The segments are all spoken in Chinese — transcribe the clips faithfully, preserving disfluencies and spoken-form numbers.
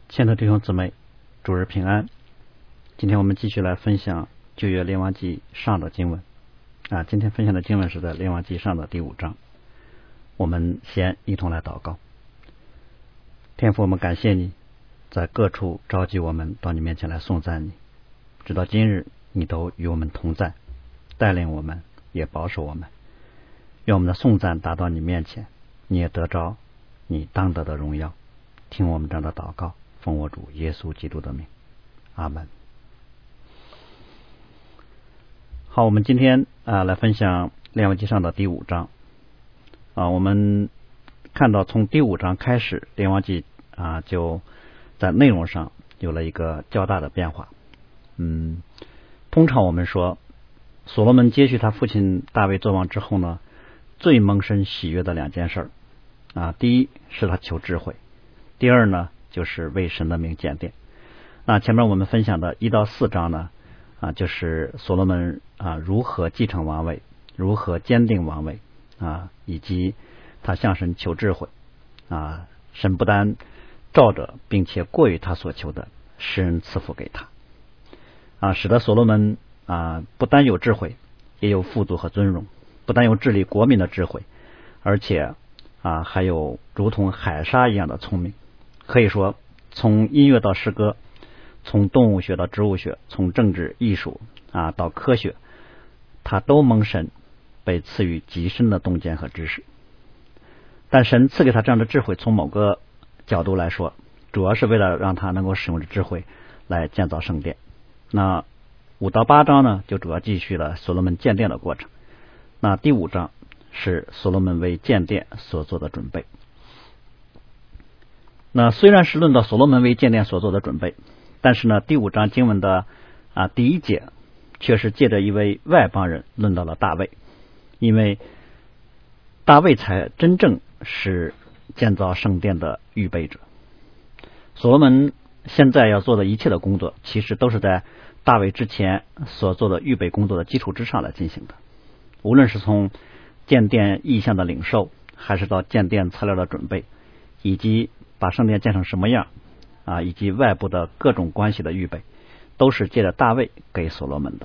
亲爱的弟兄姊妹，主日平安。今天我们继续来分享旧约列王记上的经文啊。今天分享的经文是在列王记上的第五章。我们先一同来祷告。天父，我们感谢你在各处召集我们到你面前来颂赞你，直到今日你都与我们同在，带领我们，也保守我们。愿我们的颂赞达到你面前，你也得着你当得的荣耀。听我们这样的祷告，奉我主耶稣基督的名，阿门。好，我们今天啊来分享列王记上的第五章啊。我们看到从第五章开始，列王记啊就在内容上有了一个较大的变化。嗯，通常我们说，所罗门接续他父亲大卫作王之后呢，最蒙神喜悦的两件事啊，第一是他求智慧，第二呢就是为神的名建殿。那前面我们分享的一到四章呢，啊，就是所罗门啊如何继承王位，如何坚定王位啊，以及他向神求智慧啊，神不但照着并且过于他所求的，施恩赐福给他啊，使得所罗门啊不单有智慧，也有富足和尊荣，不但有治理国民的智慧，而且啊还有如同海沙一样的聪明。可以说，从音乐到诗歌，从动物学到植物学，从政治艺术啊到科学，他都蒙神被赐予极深的洞见和知识。但神赐给他这样的智慧，从某个角度来说，主要是为了让他能够使用这智慧来建造圣殿。那五到八章呢，就主要继续了所罗门建殿的过程。那第五章是所罗门为建殿所做的准备。那虽然是论到所罗门为建殿所做的准备，但是呢，第五章经文的啊第一节却是借着一位外邦人论到了大卫，因为大卫才真正是建造圣殿的预备者。所罗门现在要做的一切的工作，其实都是在大卫之前所做的预备工作的基础之上来进行的。无论是从建殿意象的领受，还是到建殿材料的准备，以及把圣殿建成什么样啊，以及外部的各种关系的预备，都是借着大卫给所罗门的。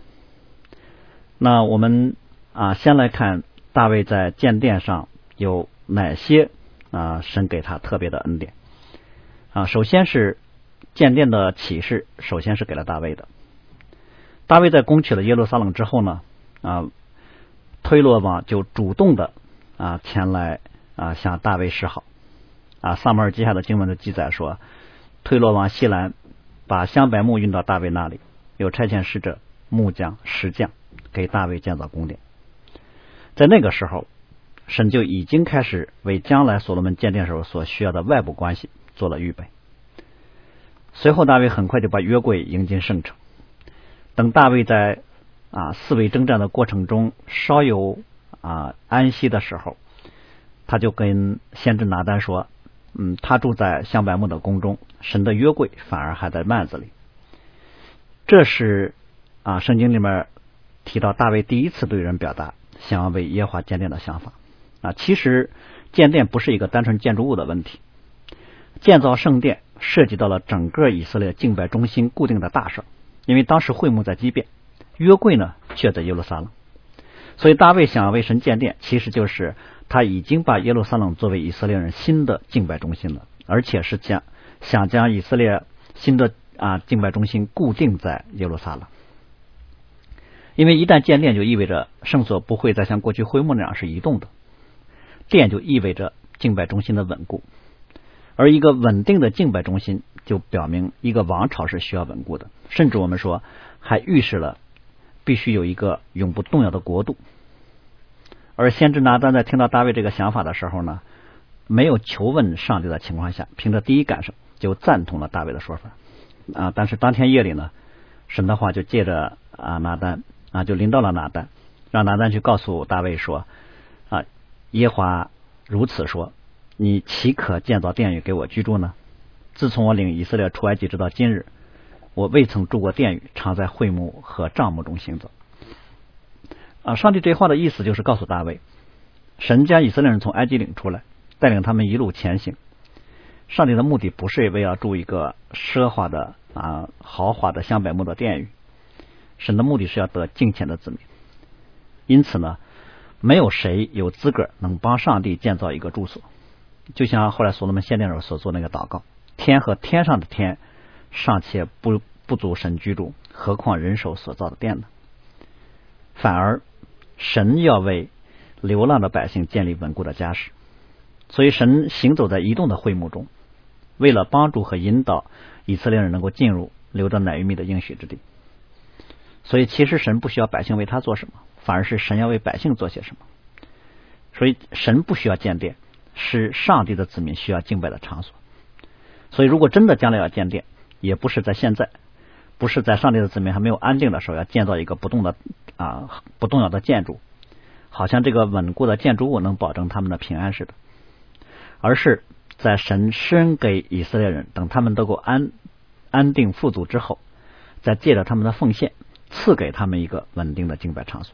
那我们啊先来看大卫在建殿上有哪些啊神给他特别的恩典啊。首先是建殿的启示，首先是给了大卫的。大卫在攻取了耶路撒冷之后呢，啊推罗王就主动的啊前来啊向大卫示好啊。撒母耳记下的经文的记载说，推罗王西兰把香柏木运到大卫那里，有差遣使者、木匠、石匠给大卫建造宫殿。在那个时候，神就已经开始为将来所罗门建殿时候所需要的外部关系做了预备。随后大卫很快就把约柜迎进圣城。等大卫在啊四围征战的过程中稍有啊安息的时候，他就跟先知拿单说，嗯，他住在香柏木的宫中，神的约柜反而还在幔子里。这是啊圣经里面提到大卫第一次对人表达想要为耶和华建殿的想法啊。其实建殿不是一个单纯建筑物的问题，建造圣殿涉及到了整个以色列敬拜中心固定的大事，因为当时会幕在基遍，约柜呢却在耶路撒冷，所以大卫想要为神建殿，其实就是他已经把耶路撒冷作为以色列人新的敬拜中心了，而且是将想将以色列新的啊敬拜中心固定在耶路撒冷。因为一旦建殿，就意味着圣所不会再像过去会幕那样是移动的，殿就意味着敬拜中心的稳固，而一个稳定的敬拜中心就表明一个王朝是需要稳固的，甚至我们说还预示了必须有一个永不动摇的国度。而先知拿单在听到大卫这个想法的时候呢，没有求问上帝的情况下，凭着第一感受就赞同了大卫的说法啊。但是当天夜里呢，神的话就借着啊拿单啊就临到了拿单，让拿单去告诉大卫说啊，耶和华如此说，你岂可建造殿宇给我居住呢？自从我领以色列出埃及直到今日，我未曾住过殿宇，常在会幕和帐幕中行走。啊，上帝这话的意思就是告诉大卫，神将以色列人从埃及领出来，带领他们一路前行， 上帝的目的不是为了筑一个奢华的啊豪华的香柏木的殿宇，神的目的是要得敬虔的子民。因此呢，没有谁有资格能帮上帝建造一个住所。就像后来所罗门献殿时所做那个祷告，天和天上的天尚且不不足神居住，何况人手所造的殿呢？反而神要为流浪的百姓建立稳固的家室，所以神行走在移动的会幕中，为了帮助和引导以色列人能够进入流着奶与蜜的应许之地。所以其实神不需要百姓为他做什么，反而是神要为百姓做些什么。所以神不需要建殿，是上帝的子民需要敬拜的场所。所以如果真的将来要建殿，也不是在现在，不是在上帝的子民还没有安定的时候要建造一个不动的啊不动摇的建筑，好像这个稳固的建筑物能保证他们的平安似的，而是在神施恩给以色列人，等他们都够安安定富足之后，再借着他们的奉献赐给他们一个稳定的敬拜场所。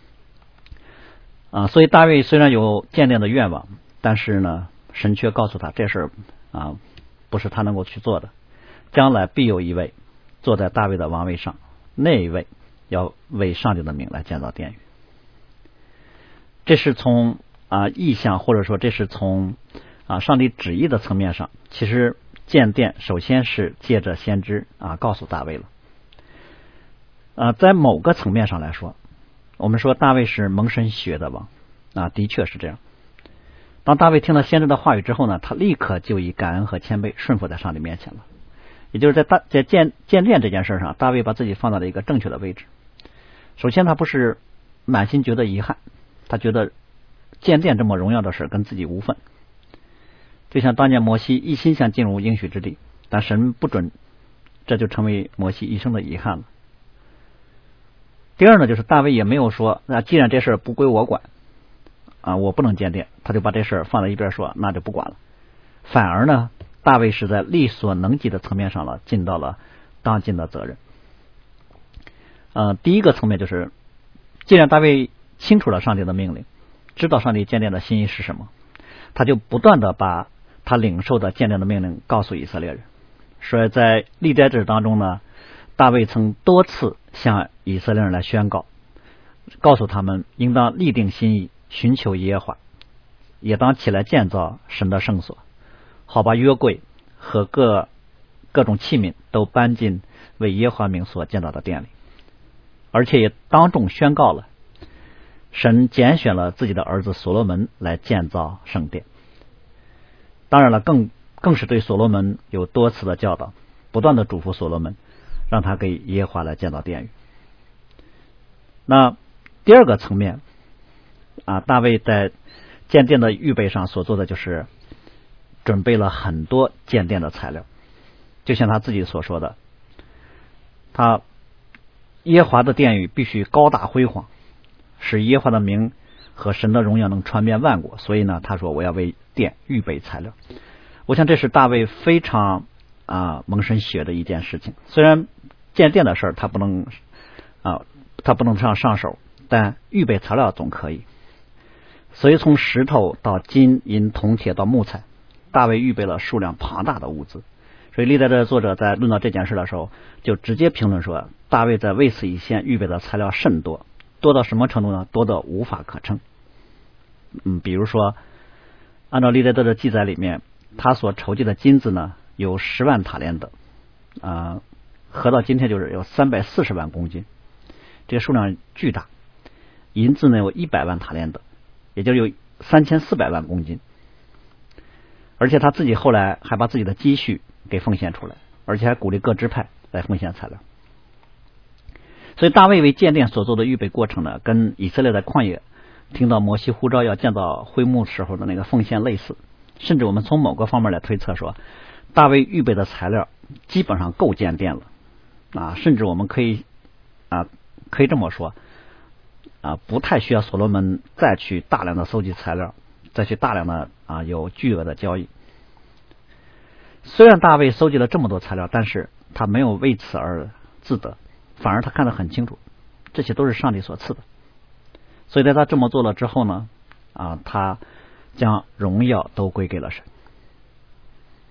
啊，所以大卫虽然有建殿的愿望，但是呢，神却告诉他这事啊不是他能够去做的，将来必有一位坐在大卫的王位上，那一位要为上帝的名来建造殿宇。这是从啊意象，或者说这是从啊上帝旨意的层面上，其实建殿首先是借着先知啊告诉大卫了。啊，在某个层面上来说，我们说大卫是蒙神喜悦的王啊，的确是这样。当大卫听了先知的话语之后呢，他立刻就以感恩和谦卑顺服在上帝面前了。也就是在大在建建殿这件事上，大卫把自己放到了一个正确的位置。首先，他不是满心觉得遗憾，他觉得建殿这么荣耀的事跟自己无分。就像当年摩西一心想进入应许之地，但神不准，这就成为摩西一生的遗憾了。第二呢，就是大卫也没有说，那既然这事不归我管啊，我不能建殿，他就把这事放在一边说，那就不管了。反而呢，大卫是在力所能及的层面上了，尽到了当尽的责任。呃，第一个层面就是，既然大卫清楚了上帝的命令，知道上帝建殿的心意是什么，他就不断的把他领受的建殿的命令告诉以色列人。所以在历代志当中呢，大卫曾多次向以色列人来宣告，告诉他们应当立定心意，寻求耶和华，也当起来建造神的圣所，好把约柜和各各种器皿都搬进为耶和华名所建造的殿里。而且也当众宣告了，神拣选了自己的儿子所罗门来建造圣殿。当然了，更更是对所罗门有多次的教导，不断的嘱咐所罗门，让他给耶和华来建造殿宇。那第二个层面啊，大卫在建殿的预备上所做的就是准备了很多建殿的材料，就像他自己所说的，他耶和华的殿宇必须高大辉煌，使耶和华的名和神的荣耀能传遍万国。所以呢，他说我要为殿预备材料。我想这是大卫非常啊蒙神喜悦的一件事情。虽然建殿的事儿他不能啊他不能上上手，但预备材料总可以。所以从石头到金银铜铁到木材，大卫预备了数量庞大的物资。所以历代的作者在论到这件事的时候，就直接评论说，大卫在为此以先预备的材料甚多，多到什么程度呢？多到无法可称。嗯，比如说，按照历代的记载里面，他所筹集的金子呢，有十万塔连德，啊、呃，合到今天就是有三百四十万公斤，这个数量巨大。银子呢有一百万塔连德，也就有三千四百万公斤。而且他自己后来还把自己的积蓄给奉献出来，而且还鼓励各支派来奉献材料。所以大卫为建殿所做的预备过程呢，跟以色列在旷野听到摩西呼召要建造会幕时候的那个奉献类似。甚至我们从某个方面来推测说，大卫预备的材料基本上够建殿了啊，甚至我们可以啊可以这么说啊，不太需要所罗门再去大量的搜集材料，再去大量的啊有巨额的交易。虽然大卫搜集了这么多材料，但是他没有为此而自得，反而他看得很清楚，这些都是上帝所赐的。所以在他这么做了之后呢，啊，他将荣耀都归给了神。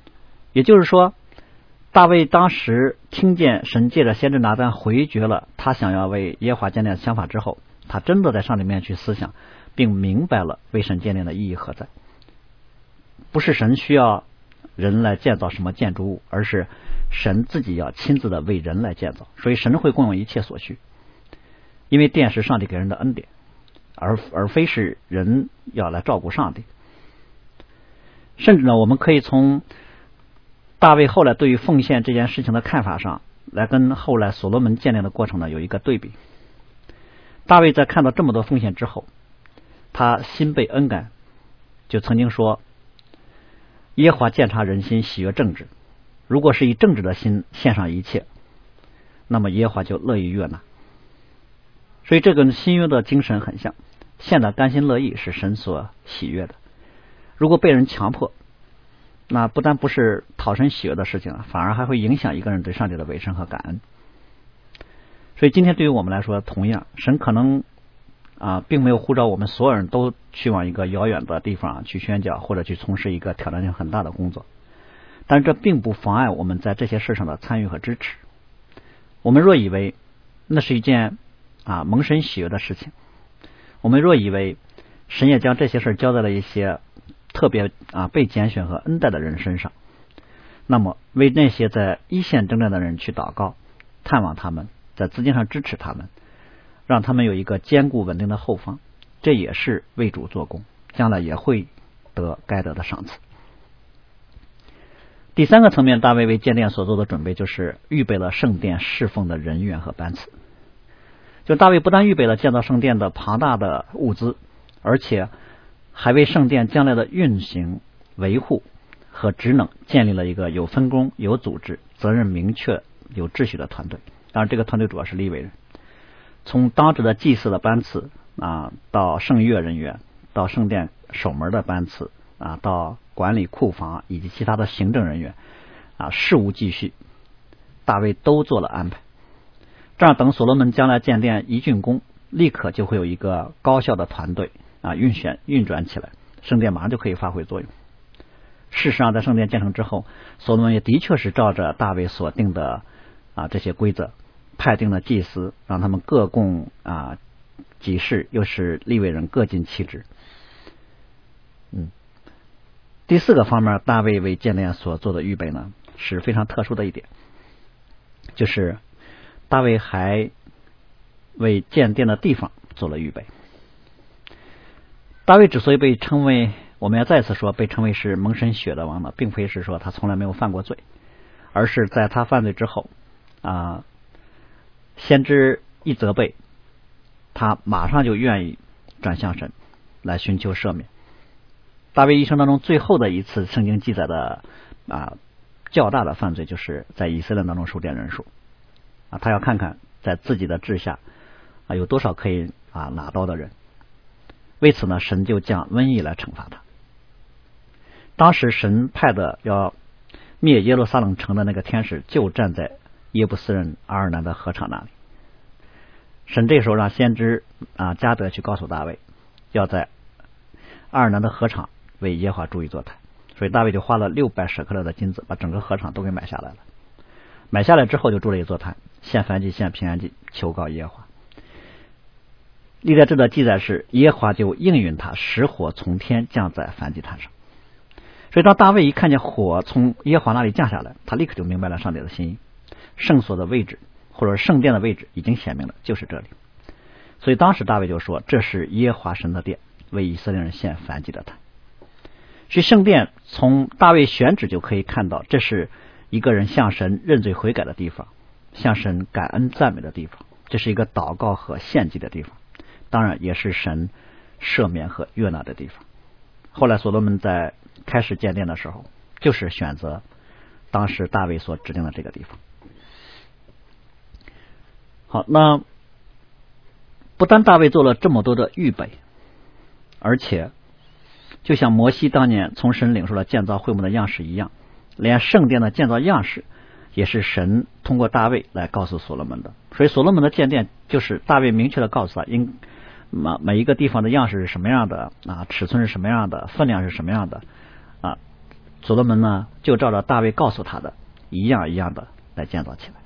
也就是说，大卫当时听见神借着先知拿单回绝了他想要为耶和华建殿的想法之后，他真的在上帝面前去思想，并明白了为神建殿的意义何在。不是神需要人来建造什么建筑物，而是神自己要亲自的为人来建造，所以神会供应一切所需，因为殿是上帝给人的恩典，而而非是人要来照顾上帝。甚至呢，我们可以从大卫后来对于奉献这件事情的看法上来跟后来所罗门建殿的过程呢有一个对比。大卫在看到这么多奉献之后，他心被恩感，就曾经说，耶和华鉴察人心，喜悦正直，如果是以正直的心献上一切，那么耶和华就乐意悦纳。所以这跟新约的精神很像，献的甘心乐意是神所喜悦的。如果被人强迫，那不但不是讨神喜悦的事情啊，反而还会影响一个人对上帝的委身和感恩。所以今天对于我们来说，同样神可能啊，并没有呼召我们所有人都去往一个遥远的地方去宣教，或者去从事一个挑战性很大的工作，但是这并不妨碍我们在这些事上的参与和支持。我们若以为那是一件啊蒙神喜悦的事情，我们若以为神也将这些事交在了一些特别啊被拣选和恩待的人身上，那么为那些在一线征战的人去祷告，探望他们，在资金上支持他们，让他们有一个坚固稳定的后方，这也是为主做工，将来也会得该得的赏赐。第三个层面，大卫为建殿所做的准备就是预备了圣殿侍奉的人员和班次。就大卫不但预备了建造圣殿的庞大的物资，而且还为圣殿将来的运行、维护和职能建立了一个有分工、有组织、责任明确、有秩序的团队。当然这个团队主要是利未人，从当值的祭祀的班次啊，到圣乐人员，到圣殿守门的班次啊，到管理库房以及其他的行政人员啊，事无继续，大卫都做了安排。这样等所罗门将来建殿一竣工，立刻就会有一个高效的团队啊运选运转起来，圣殿马上就可以发挥作用。事实上，在圣殿建成之后，所罗门也的确是照着大卫所定的啊这些规则，派定了祭司，让他们各供啊己事，又是利未人各尽其职。嗯，第四个方面，大卫为建殿所做的预备呢，是非常特殊的一点，就是大卫还为建殿的地方做了预备。大卫之所以被称为，我们要再次说被称为是蒙神血的王呢，并非是说他从来没有犯过罪，而是在他犯罪之后啊，先知一责备他，马上就愿意转向神来寻求赦免。大卫一生当中最后的一次圣经记载的啊较大的犯罪，就是在以色列当中数点人数啊，他要看看在自己的治下啊有多少可以啊拿刀的人。为此呢，神就将瘟疫来惩罚他。当时神派的要灭耶路撒冷城的那个天使，就站在耶布斯人阿尔南的河场那里。神这时候让先知啊加德去告诉大卫，要在阿尔南的河场为耶和华筑一座坛。所以大卫就花了六百舍克勒的金子，把整个河场都给买下来了。买下来之后，就筑了一座坛，献燔祭、献平安祭，求告耶和华。历代志的记载是，耶和华就应允他，使火从天降在燔祭坛上。所以当大卫一看见火从耶和华那里降下来，他立刻就明白了上帝的心意。圣所的位置或者圣殿的位置已经显明了，就是这里。所以当时大卫就说，这是耶和华神的殿，为以色列人献燔祭的坛。所以圣殿从大卫选址就可以看到，这是一个人向神认罪悔改的地方，向神感恩赞美的地方，这是一个祷告和献祭的地方，当然也是神赦免和悦纳的地方。后来所罗门在开始建殿的时候，就是选择当时大卫所指定的这个地方。好，那不单大卫做了这么多的预备，而且就像摩西当年从神领受了建造会幕的样式一样，连圣殿的建造样式也是神通过大卫来告诉所罗门的。所以所罗门的建殿就是大卫明确的告诉他，应每每一个地方的样式是什么样的啊，尺寸是什么样的，分量是什么样的啊， 所罗门呢就照着大卫告诉他的一样一样的来建造起来。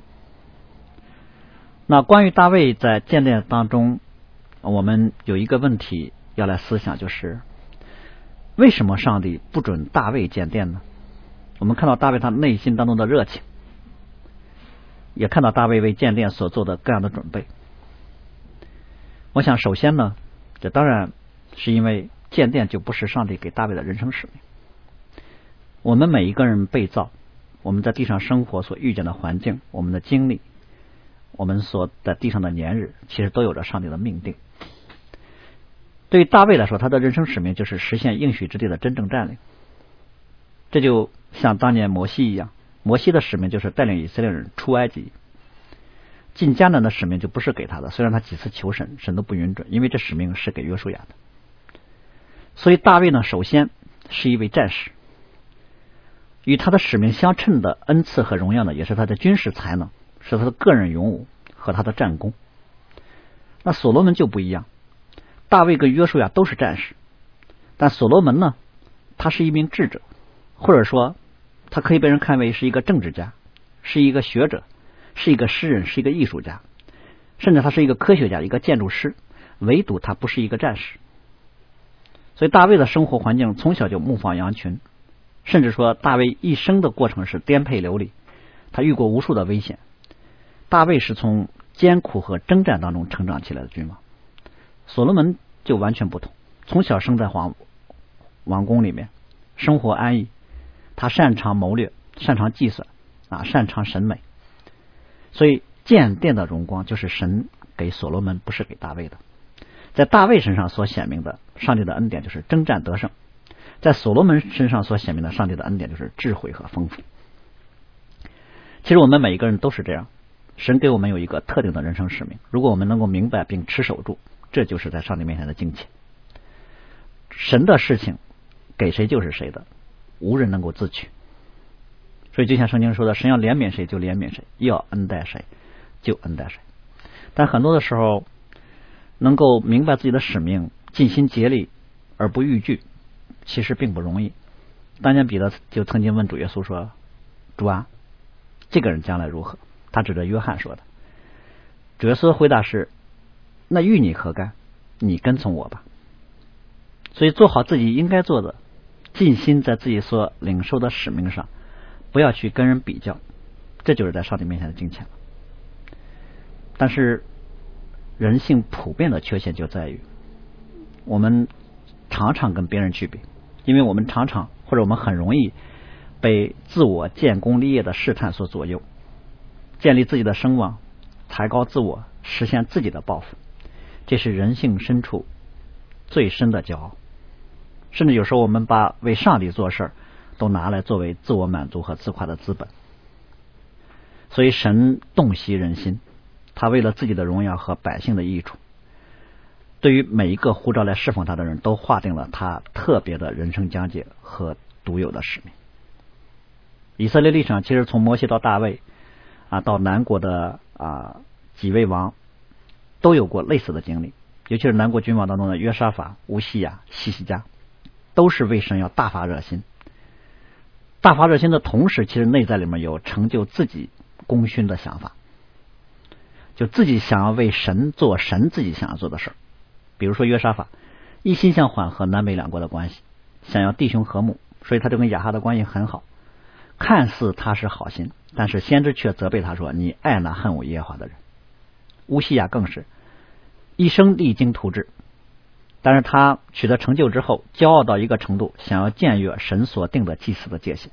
那关于大卫在建殿当中，我们有一个问题要来思想，就是为什么上帝不准大卫建殿呢？我们看到大卫他内心当中的热情，也看到大卫为建殿所做的各样的准备。我想首先呢，这当然是因为建殿就不是上帝给大卫的人生使命。我们每一个人被造，我们在地上生活所遇见的环境，我们的经历，我们所在地上的年日，其实都有着上帝的命定。对于大卫来说，他的人生使命就是实现应许之地的真正占领。这就像当年摩西一样，摩西的使命就是带领以色列人出埃及。进迦南的使命就不是给他的，虽然他几次求神，神都不允准，因为这使命是给约书亚的。所以大卫呢，首先是一位战士，与他的使命相称的恩赐和荣耀呢，也是他的军事才能，是他的个人勇武和他的战功。那所罗门就不一样，大卫跟约书亚都是战士，但所罗门呢，他是一名智者，或者说他可以被人看为是一个政治家，是一个学者，是一个诗人，是一个艺术家，甚至他是一个科学家，一个建筑师，唯独他不是一个战士。所以大卫的生活环境从小就牧放羊群，甚至说大卫一生的过程是颠沛流离，他遇过无数的危险。大卫是从艰苦和征战当中成长起来的君王，所罗门就完全不同，从小生在皇王宫里面，生活安逸，他擅长谋略，擅长计算啊，擅长审美。所以建殿的荣光就是神给所罗门，不是给大卫的。在大卫身上所显明的上帝的恩典就是征战得胜，在所罗门身上所显明的上帝的恩典就是智慧和丰富。其实我们每一个人都是这样，神给我们有一个特定的人生使命，如果我们能够明白并持守住，这就是在上帝面前的敬虔。神的事情给谁就是谁的，无人能够自取。所以就像圣经说的，神要怜悯谁就怜悯谁，要恩待谁就恩待谁。但很多的时候，能够明白自己的使命，尽心竭力而不逾矩，其实并不容易。当年彼得就曾经问主耶稣说，主啊，这个人将来如何？他指着约翰说的。主耶稣的回答是，那与你何干？你跟从我吧。所以做好自己应该做的，尽心在自己所领受的使命上，不要去跟人比较，这就是在上帝面前的敬虔了。但是人性普遍的缺陷就在于，我们常常跟别人去比，因为我们常常或者我们很容易被自我建功立业的试探所左右，建立自己的声望，抬高自我，实现自己的抱负，这是人性深处最深的骄傲。甚至有时候我们把为上帝做事都拿来作为自我满足和自夸的资本。所以神洞悉人心，他为了自己的荣耀和百姓的益处，对于每一个呼召来侍奉他的人都划定了他特别的人生疆界和独有的使命。以色列历史上其实从摩西到大卫啊，到南国的啊几位王都有过类似的经历，尤其是南国君王当中的约沙法、乌西雅、西西家，都是为神要大发热心。大发热心的同时，其实内在里面有成就自己功勋的想法，就自己想要为神做神自己想要做的事儿。比如说约沙法一心想缓和南北两国的关系，想要弟兄和睦，所以他就跟亚哈的关系很好，看似他是好心，但是先知却责备他说，你爱那恨我耶和华的人。乌西雅更是一生励精图治，但是他取得成就之后，骄傲到一个程度，想要僭越神所定的祭祀的界限。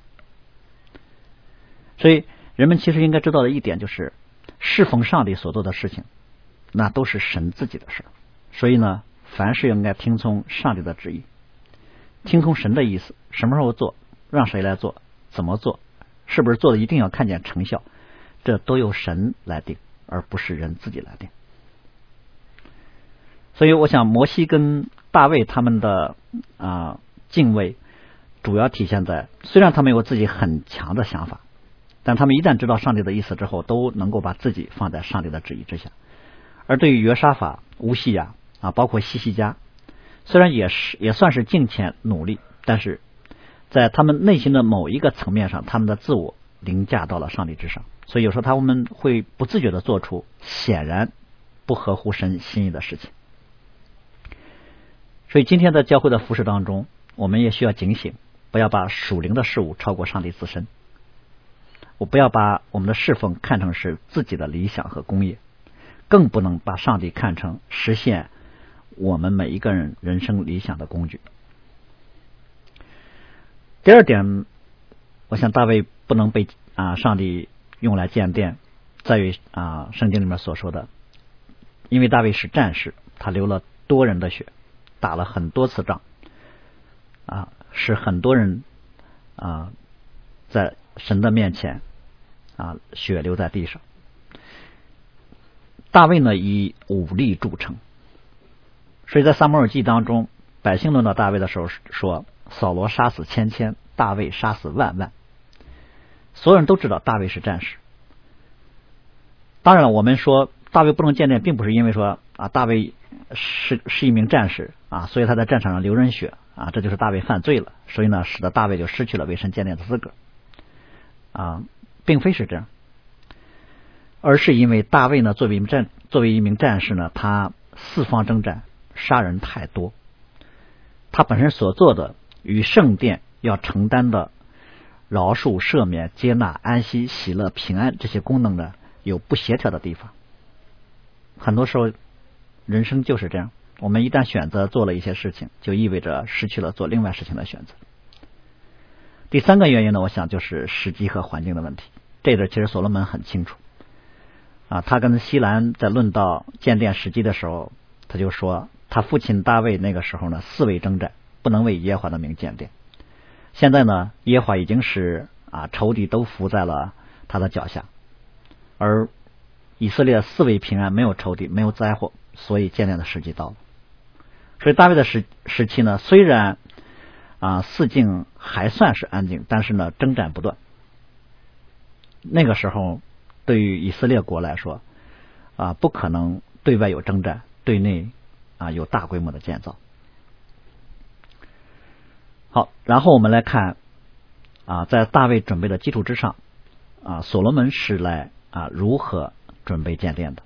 所以人们其实应该知道的一点就是，侍奉上帝所做的事情，那都是神自己的事。所以呢，凡事应该听从上帝的旨意，听从神的意思，什么时候做，让谁来做，怎么做，是不是做的一定要看见成效，这都由神来定，而不是人自己来定。所以我想摩西跟大卫他们的啊、呃、敬畏，主要体现在，虽然他们有自己很强的想法，但他们一旦知道上帝的意思之后，都能够把自己放在上帝的旨意之下。而对于约沙法、乌西雅啊，包括西西家，虽然也是也算是敬虔努力，但是在他们内心的某一个层面上，他们的自我凌驾到了上帝之上，所以有时候他们会不自觉地做出显然不合乎神心意的事情。所以今天在教会的服事当中，我们也需要警醒，不要把属灵的事物超过上帝自身。我不要把我们的侍奉看成是自己的理想和功业，更不能把上帝看成实现我们每一个人人生理想的工具。第二点，我想大卫不能被啊上帝用来建殿，在于啊圣经里面所说的，因为大卫是战士，他流了多人的血，打了很多次仗，啊，使很多人啊在神的面前啊血流在地上。大卫呢以武力著称，所以在撒母耳记当中，百姓论到大卫的时候说，扫罗杀死千千，大卫杀死万万。所有人都知道大卫是战士。当然了，我们说大卫不能建殿，并不是因为说啊大卫是是一名战士啊，所以他在战场上流人血啊，这就是大卫犯罪了，所以呢，使得大卫就失去了为神建殿的资格啊，并非是这样，而是因为大卫呢作为一名战作为一名战士呢，他四方征战，杀人太多，他本身所做的与圣殿要承担的饶恕、赦免、接纳、安息、喜乐、平安这些功能呢有不协调的地方。很多时候人生就是这样，我们一旦选择做了一些事情，就意味着失去了做另外事情的选择。第三个原因呢，我想就是时机和环境的问题。这个其实所罗门很清楚啊，他跟西兰在论到建殿时机的时候，他就说他父亲大卫那个时候呢四围征战，不能为耶和华的名建殿。现在呢，耶和华已经使啊仇敌都伏在了他的脚下，而以色列四围平安，没有仇敌，没有灾祸，所以建殿的时机到了。所以大卫的时时期呢，虽然啊四境还算是安静，但是呢征战不断。那个时候对于以色列国来说啊，不可能对外有征战，对内啊有大规模的建造。好，然后我们来看啊，在大卫准备的基础之上啊，所罗门是来啊如何准备建殿的。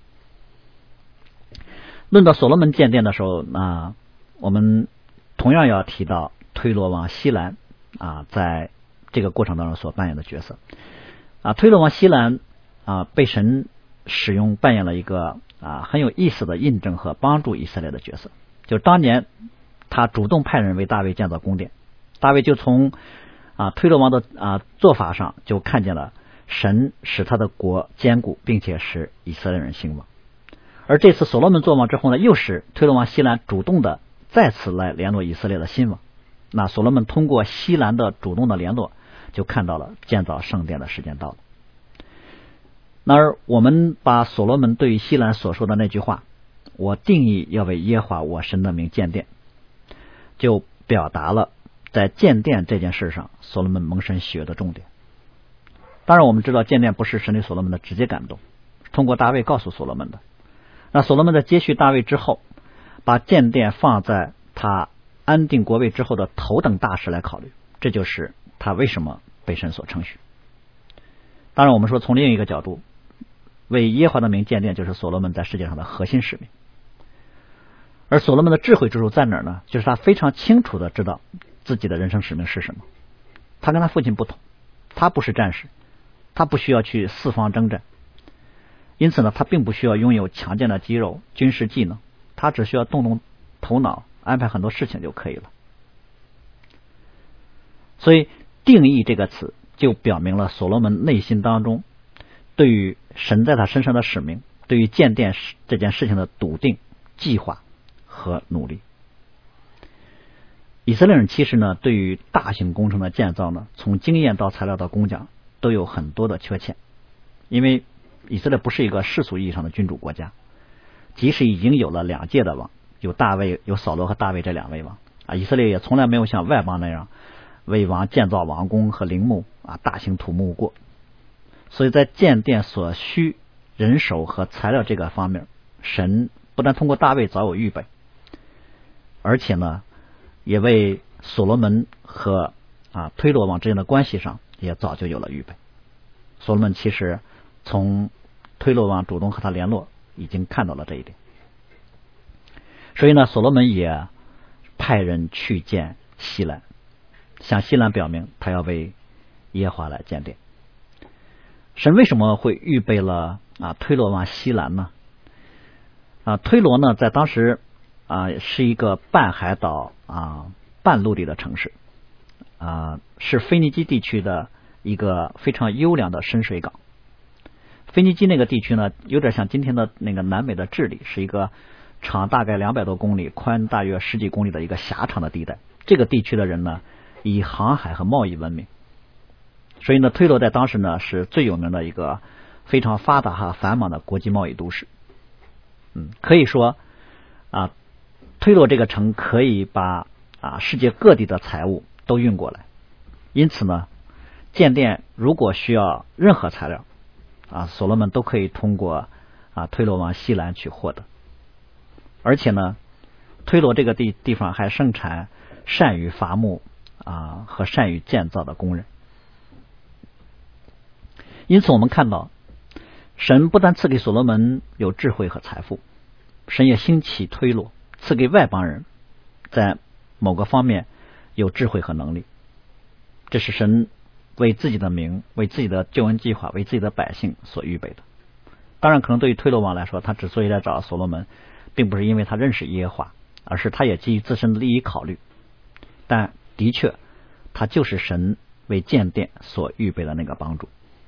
论到所罗门建殿的时候啊，我们同样要提到推罗王西兰啊在这个过程当中所扮演的角色啊。推罗王西兰啊被神使用扮演了一个啊很有意思的印证和帮助以色列的角色，就是当年他主动派人为大卫建造宫殿，大卫就从啊推罗王的啊做法上就看见了神使他的国坚固，并且使以色列人兴旺。而这次所罗门做王之后呢，又使推罗王西兰主动的再次来联络以色列的兴旺。那所罗门通过西兰的主动的联络，就看到了建造圣殿的时间到了。那而我们把所罗门对于西兰所说的那句话，我定义要为耶和华我神的名建殿，就表达了在建殿这件事上所罗门蒙神喜悦的重点。当然我们知道建殿不是神对所罗门的直接感动，通过大卫告诉所罗门的。那所罗门在接续大卫之后，把建殿放在他安定国位之后的头等大事来考虑，这就是他为什么被神所称许。当然我们说从另一个角度，为耶和华的名建殿就是所罗门在世界上的核心使命。而所罗门的智慧之处在哪儿呢？就是他非常清楚的知道自己的人生使命是什么。他跟他父亲不同，他不是战士，他不需要去四方征战，因此呢，他并不需要拥有强健的肌肉、军事技能，他只需要动动头脑，安排很多事情就可以了。所以定义这个词就表明了所罗门内心当中对于神在他身上的使命，对于建殿这件事情的笃定、计划和努力。以色列人其实呢，对于大型工程的建造呢，从经验到材料到工匠都有很多的缺陷，因为以色列不是一个世俗意义上的君主国家，即使已经有了两届的王，有大卫、有扫罗和大卫这两位王啊，以色列也从来没有像外邦那样为王建造王宫和陵墓啊，大兴土木过。所以在建殿所需人手和材料这个方面，神不但通过大卫早有预备，而且呢，也为所罗门和啊推罗王之间的关系上也早就有了预备。所罗门其实从推罗王主动和他联络已经看到了这一点，所以呢，所罗门也派人去见西兰，向西兰表明他要为耶和华来建殿。神为什么会预备了啊推罗王西兰呢？啊，推罗呢在当时啊是一个半海岛啊半陆地的城市，啊是腓尼基地区的一个非常优良的深水港。腓尼基那个地区呢，有点像今天的那个南美的智利，是一个长大概两百多公里、宽大约十几公里的一个狭长的地带。这个地区的人呢，以航海和贸易闻名，所以呢，推罗在当时呢是最有名的一个非常发达和繁忙的国际贸易都市。嗯，可以说啊，推罗这个城可以把啊世界各地的财物都运过来，因此呢，建殿如果需要任何材料啊，所罗门都可以通过啊推罗王西兰去获得。而且呢，推罗这个地地方还盛产善于伐木啊和善于建造的工人。因此我们看到，神不但赐给所罗门有智慧和财富，神也兴起推罗，赐给外邦人在某个方面有智慧和能力。这是神为自己的名、为自己的救恩计划、为自己的百姓所预备的。当然，可能对于推罗王来说，他之所以来找所罗门，并不是因为他认识耶和华，而是他也基于自身的利益考虑。但的确，他就是神为建殿所预备的那个帮助。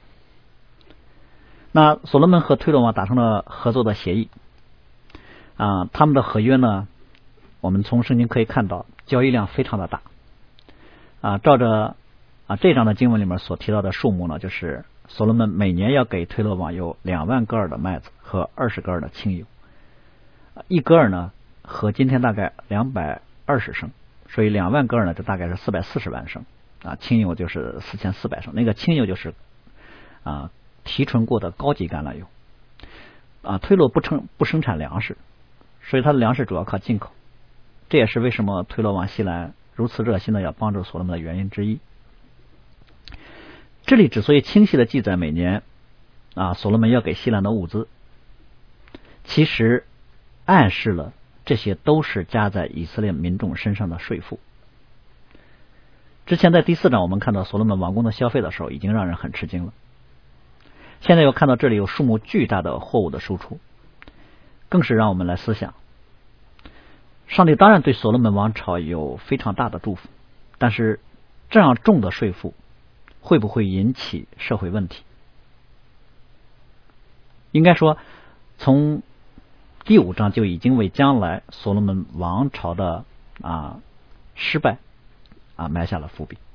那所罗门和推罗王达成了合作的协议啊，他们的合约呢，我们从圣经可以看到交易量非常的大啊。照着啊这章的经文里面所提到的数目呢，就是所罗门每年要给推罗王有两万戈尔的麦子和二十戈尔的清油。一戈尔呢和今天大概两百二十升，所以两万戈尔呢就大概是四百四十万升啊，清油就是四千四百升。那个清油就是啊提纯过的高级橄榄油啊。推罗不生不生产粮食，所以他的粮食主要靠进口。这也是为什么推罗王西兰如此热心的要帮助所罗门的原因之一。这里之所以清晰的记载每年啊所罗门要给西兰的物资，其实暗示了这些都是加在以色列民众身上的税赋。之前在第四章我们看到所罗门王宫的消费的时候，已经让人很吃惊了。现在又看到这里有数目巨大的货物的输出，更是让我们来思想，上帝当然对所罗门王朝有非常大的祝福，但是这样重的税赋会不会引起社会问题？应该说，从第五章就已经为将来所罗门王朝的啊失败啊埋下了伏笔。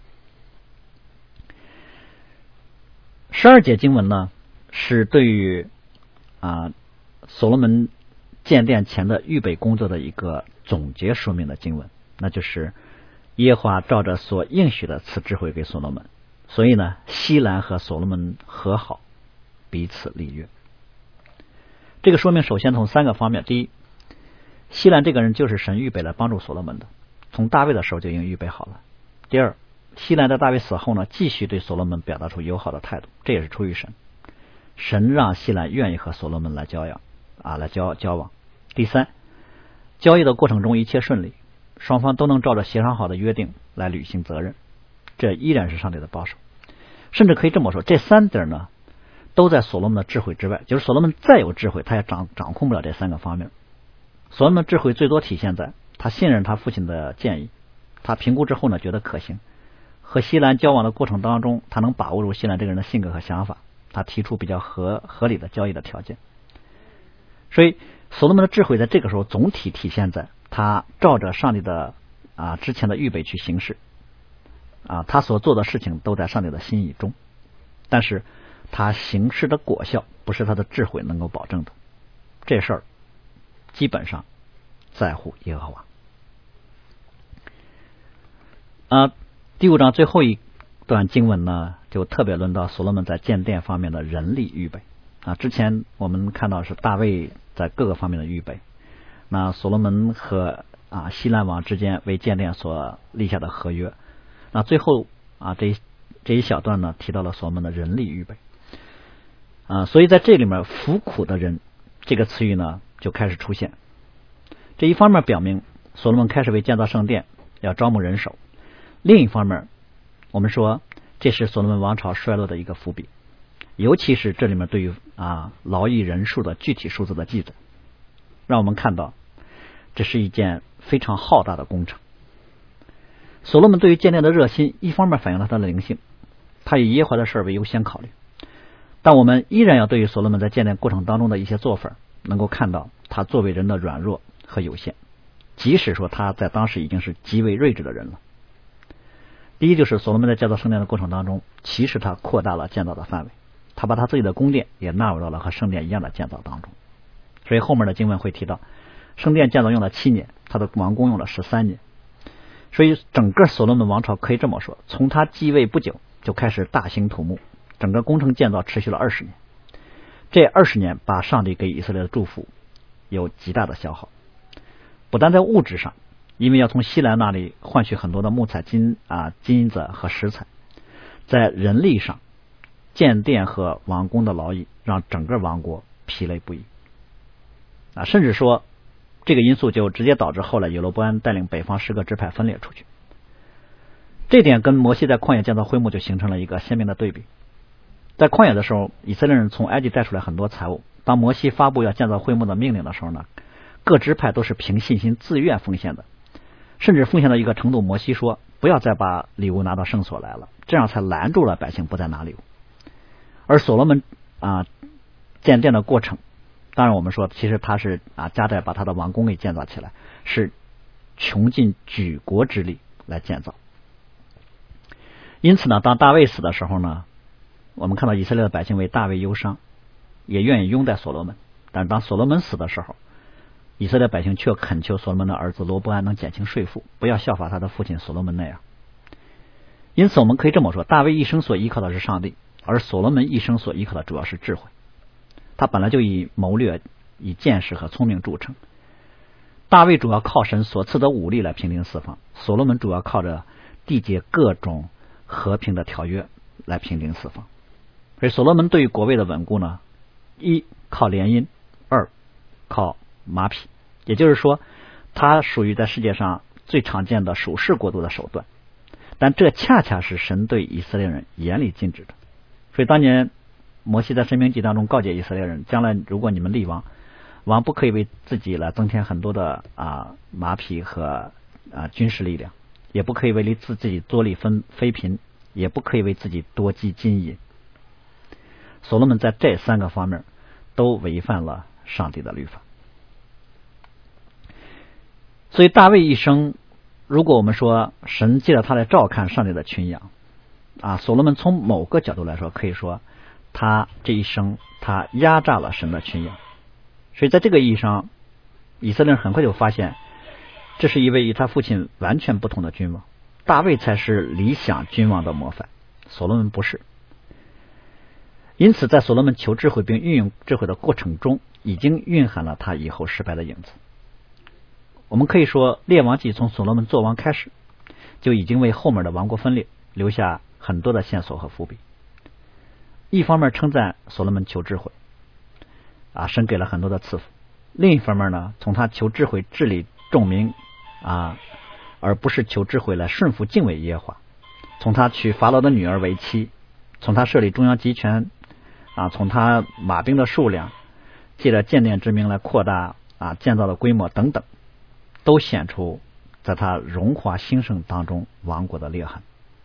十二节经文呢，是对于啊所罗门建殿前的预备工作的一个总结说明的经文，那就是耶和华照着所应许的赐智慧给所罗门，所以呢，西兰和所罗门和好，彼此立约。这个说明首先从三个方面：第一，西兰这个人就是神预备来帮助所罗门的，从大卫的时候就已经预备好了；第二，西兰在大卫死后呢，继续对所罗门表达出友好的态度，这也是出于神，神让西兰愿意和所罗门来交养啊，来交交往。第三，交易的过程中一切顺利，双方都能照着协商好的约定来履行责任，这依然是上帝的保守。甚至可以这么说，这三点呢都在所罗门的智慧之外，就是所罗门再有智慧，他也掌掌控不了这三个方面。所罗门智慧最多体现在他信任他父亲的建议，他评估之后呢觉得可行，和西兰交往的过程当中，他能把握住西兰这个人的性格和想法，他提出比较合合理的交易的条件。所以所罗门的智慧在这个时候总体体现在他照着上帝的啊之前的预备去行事啊，他所做的事情都在上帝的心意中，但是他行事的果效不是他的智慧能够保证的，这事儿基本上在乎耶和华。啊，第五章最后一段经文呢，就特别论到所罗门在建殿方面的人力预备啊。之前我们看到是大卫在各个方面的预备，那所罗门和啊西兰王之间为建殿所立下的合约，那最后啊，这一这一小段呢提到了所罗门的人力预备啊，所以在这里面服苦的人这个词语呢就开始出现。这一方面表明所罗门开始为建造圣殿要招募人手，另一方面我们说这是所罗门王朝衰落的一个伏笔，尤其是这里面对于啊劳役人数的具体数字的记载，让我们看到这是一件非常浩大的工程。所罗门对于建殿的热心，一方面反映了他的灵性，他以耶和华的事为优先考虑，但我们依然要对于所罗门在建殿过程当中的一些做法能够看到他作为人的软弱和有限，即使说他在当时已经是极为睿智的人了。第一，就是所罗门在建造圣殿的过程当中，其实他扩大了建造的范围，他把他自己的宫殿也纳入到了和圣殿一样的建造当中。所以后面的经文会提到，圣殿建造用了七年，他的王宫用了十三年。所以整个所罗门王朝可以这么说，从他继位不久就开始大兴土木，整个工程建造持续了二十年。这二十年把上帝给以色列的祝福有极大的消耗，不但在物质上，因为要从西兰那里换取很多的木材、金啊金子和石材，在人力上，建殿和王宫的劳役让整个王国疲累不已啊，甚至说这个因素就直接导致后来耶罗波安带领北方十个支派分裂出去。这点跟摩西在旷野建造会幕就形成了一个鲜明的对比。在旷野的时候，以色列人从埃及带出来很多财物，当摩西发布要建造会幕的命令的时候呢，各支派都是凭信心自愿奉献的，甚至奉献到一个程度，摩西说不要再把礼物拿到圣所来了，这样才拦住了百姓不再拿礼物。而所罗门啊建殿的过程，当然我们说其实他是啊加代把他的王宫给建造起来，是穷尽举国之力来建造。因此呢，当大卫死的时候呢，我们看到以色列的百姓为大卫忧伤，也愿意拥戴所罗门。但是当所罗门死的时候，以色列百姓却恳求所罗门的儿子罗波安能减轻税负，不要效法他的父亲所罗门那样。因此我们可以这么说，大卫一生所依靠的是上帝，而所罗门一生所依靠的主要是智慧。他本来就以谋略、以见识和聪明著称。大卫主要靠神所赐的武力来平定四方，所罗门主要靠着缔结各种和平的条约来平定四方。所以所罗门对于国位的稳固呢，一靠联姻，二靠马匹，也就是说他属于在世界上最常见的属世国度的手段，但这恰恰是神对以色列人严厉禁止的。所以当年摩西在申命记当中告诫以色列人，将来如果你们立王，王不可以为自己来增添很多的啊马匹和啊军事力量，也不可以为自己多立分妃嫔，也不可以为自己多积金银。所罗门在这三个方面都违反了上帝的律法。所以大卫一生，如果我们说神借着他来照看上帝的群羊啊，所罗门从某个角度来说，可以说他这一生他压榨了神的群羊。所以在这个意义上，以色列人很快就发现，这是一位与他父亲完全不同的君王。大卫才是理想君王的模范，所罗门不是。因此在所罗门求智慧并运用智慧的过程中，已经蕴含了他以后失败的影子。我们可以说列王记从所罗门做王开始，就已经为后面的王国分裂留下很多的线索和伏笔。一方面称赞所罗门求智慧啊，神给了很多的赐福；另一方面呢，从他求智慧治理众民啊，而不是求智慧来顺服敬畏耶和华；从他娶法老的女儿为妻；从他设立中央集权啊，从他马兵的数量，借着建殿之名来扩大啊建造的规模等等，都显出在他荣华兴盛当中王国的裂痕。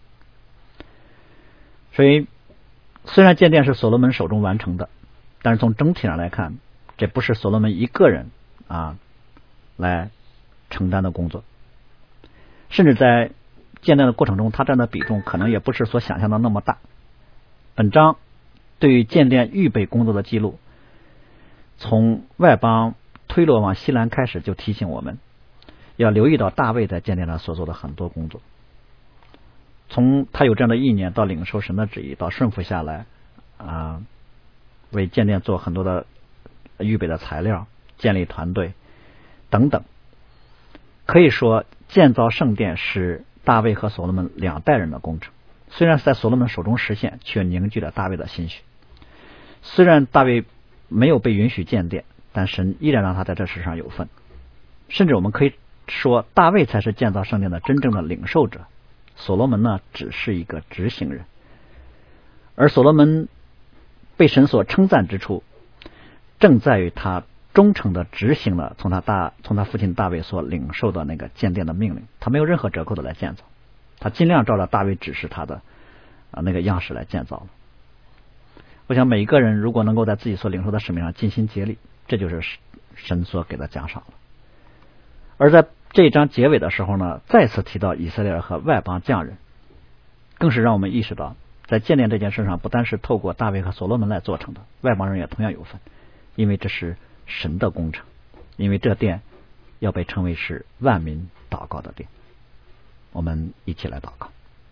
所以虽然建殿是所罗门手中完成的，但是从整体上来看，这不是所罗门一个人啊来承担的工作，甚至在建殿的过程中，他占的比重可能也不是所想象的那么大。本章对于建殿预备工作的记录，从外邦推罗往西兰开始，就提醒我们要留意到大卫在建殿上所做的很多工作。从他有这样的意念，到领受神的旨意，到顺服下来啊，为建殿做很多的预备的材料，建立团队等等。可以说建造圣殿是大卫和所罗门两代人的工程， 虽然是在所罗门手中实现，却凝聚了大卫的心血。虽然大卫没有被允许建殿，但神依然让他在这事上有份。甚至我们可以说，大卫才是建造圣殿的真正的领受者，所罗门呢只是一个执行人。而所罗门被神所称赞之处，正在于他忠诚的执行了从他大从他父亲大卫所领受的那个建殿的命令，他没有任何折扣的来建造，他尽量照着大卫指示他的啊那个样式来建造了。我想每一个人如果能够在自己所领受的使命上尽心竭力，这就是神所给的奖赏了。而在这一章结尾的时候呢，再次提到以色列人和外邦匠人，更是让我们意识到，在建殿这件事上，不单是透过大卫和所罗门来做成的，外邦人也同样有份，因为这是神的工程，因为这殿要被称为是万民祷告的殿。我们一起来祷告。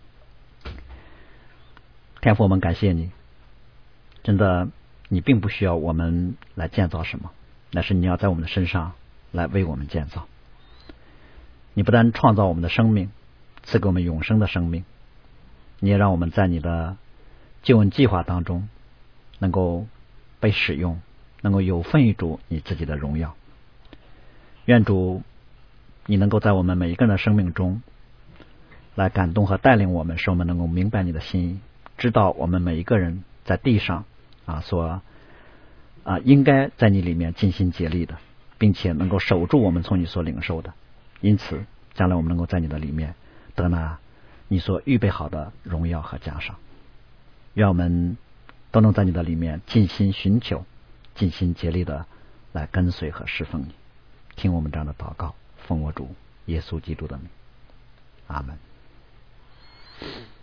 天父，我们感谢你，真的，你并不需要我们来建造什么，乃是你要在我们的身上来为我们建造。你不但创造我们的生命，赐给我们永生的生命，你也让我们在你的救恩计划当中能够被使用，能够有份于主你自己的荣耀。愿主你能够在我们每一个人的生命中来感动和带领我们，使我们能够明白你的心意，知道我们每一个人在地上啊所啊应该在你里面尽心竭力的，并且能够守住我们从你所领受的。因此将来我们能够在你的里面得那你所预备好的荣耀和奖赏。愿我们都能在你的里面尽心寻求，尽心竭力的来跟随和侍奉你。听我们这样的祷告，奉我主耶稣基督的名，阿门。